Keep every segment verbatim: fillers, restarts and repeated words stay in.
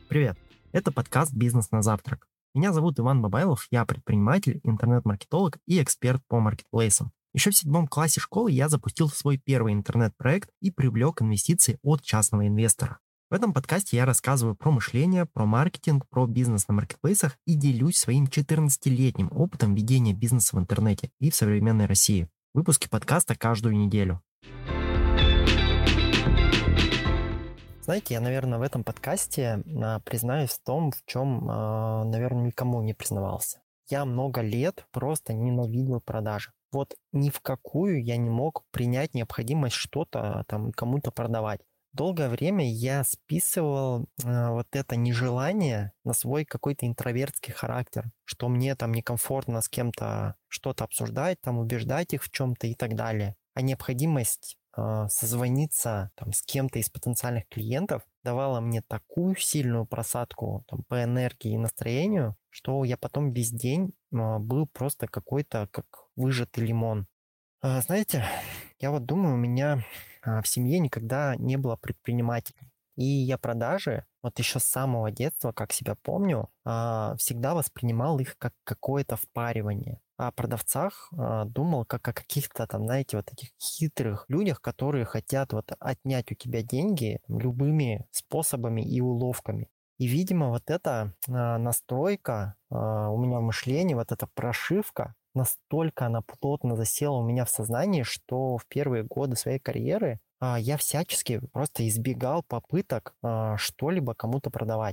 Привет! Это подкаст «Бизнес на завтрак». Меня зовут Иван Бабайлов, я предприниматель, интернет-маркетолог и эксперт по маркетплейсам. Еще в седьмом классе школы я запустил свой первый интернет-проект и привлек инвестиции от частного инвестора. В этом подкасте я рассказываю про мышление, про маркетинг, про бизнес на маркетплейсах и делюсь своим четырнадцатилетним опытом ведения бизнеса в интернете и в современной России. Выпуски подкаста каждую неделю. Знаете, я, наверное, в этом подкасте а, признаюсь в том, в чем, а, наверное, никому не признавался. Я много лет просто ненавидел продажи. Вот ни в какую я не мог принять необходимость что-то там кому-то продавать. Долгое время я списывал а, вот это нежелание на свой какой-то интровертский характер, что мне там некомфортно с кем-то что-то обсуждать, там убеждать их в чем-то и так далее. А необходимость созвониться там, с кем-то из потенциальных клиентов давала мне такую сильную просадку там, по энергии и настроению, что я потом весь день а, был просто какой-то как выжатый лимон. А, знаете, я вот думаю, у меня а, в семье никогда не было предпринимателей. И я продажи, вот еще с самого детства, как себя помню, а, всегда воспринимал их как какое-то впаривание. О продавцах а, думал как о каких-то там, знаете, вот таких хитрых людях, которые хотят вот отнять у тебя деньги любыми способами и уловками. И, видимо, вот эта а, настройка а, у меня в мышлении, вот эта прошивка, настолько она плотно засела у меня в сознании, что в первые годы своей карьеры а, я всячески просто избегал попыток а, что-либо кому-то продавать.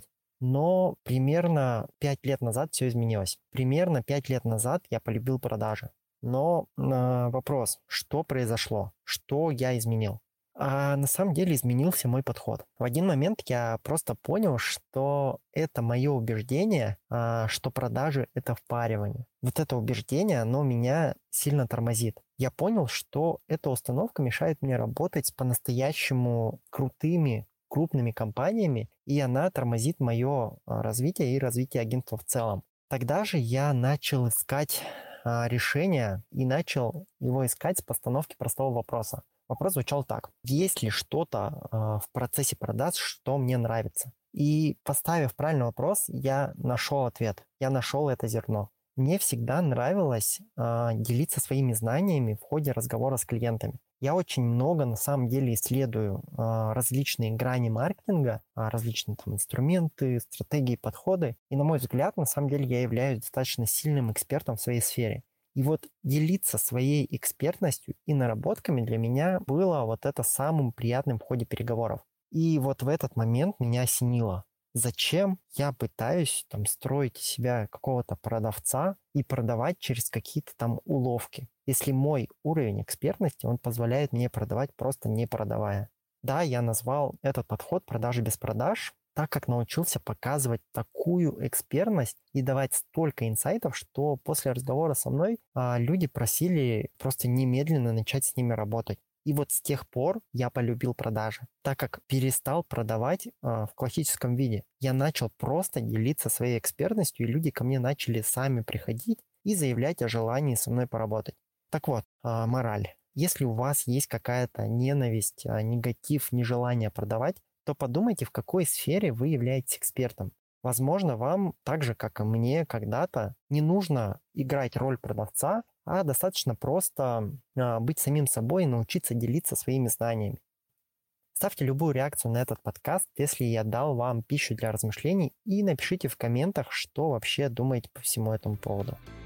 Но примерно пять лет назад все изменилось. Примерно пять лет назад я полюбил продажи. Но э, вопрос, что произошло? Что я изменил? А на самом деле изменился мой подход. В один момент я просто понял, что это мое убеждение, а, что продажи — это впаривание. Вот это убеждение, оно меня сильно тормозит. Я понял, что эта установка мешает мне работать с по-настоящему крутыми, крупными компаниями, и она тормозит мое развитие и развитие агентства в целом. Тогда же я начал искать а, решение и начал его искать с постановки простого вопроса. Вопрос звучал так. Есть ли что-то э, в процессе продаж, что мне нравится? И поставив правильный вопрос, я нашел ответ. Я нашел это зерно. Мне всегда нравилось э, делиться своими знаниями в ходе разговора с клиентами. Я очень много на самом деле исследую э, различные грани маркетинга, э, различные там инструменты, стратегии, подходы. И на мой взгляд, на самом деле я являюсь достаточно сильным экспертом в своей сфере. И вот делиться своей экспертностью и наработками для меня было вот это самым приятным в ходе переговоров. И вот в этот момент меня осенило. Зачем я пытаюсь там строить из себя какого-то продавца и продавать через какие-то там уловки, если мой уровень экспертности, он позволяет мне продавать просто не продавая. Да, я назвал этот подход продажи без продаж, так как научился показывать такую экспертность и давать столько инсайтов, что после разговора со мной а, люди просили просто немедленно начать с ними работать. И вот с тех пор я полюбил продажи, так как перестал продавать а, в классическом виде. Я начал просто делиться своей экспертностью, и люди ко мне начали сами приходить и заявлять о желании со мной поработать. Так вот, а, мораль. Если у вас есть какая-то ненависть, а, негатив, нежелание продавать, то подумайте, в какой сфере вы являетесь экспертом. Возможно, вам, так же, как и мне когда-то, не нужно играть роль продавца, а достаточно просто а, быть самим собой и научиться делиться своими знаниями. Ставьте любую реакцию на этот подкаст, если я дал вам пищу для размышлений, и напишите в комментах, что вообще думаете по всему этому поводу.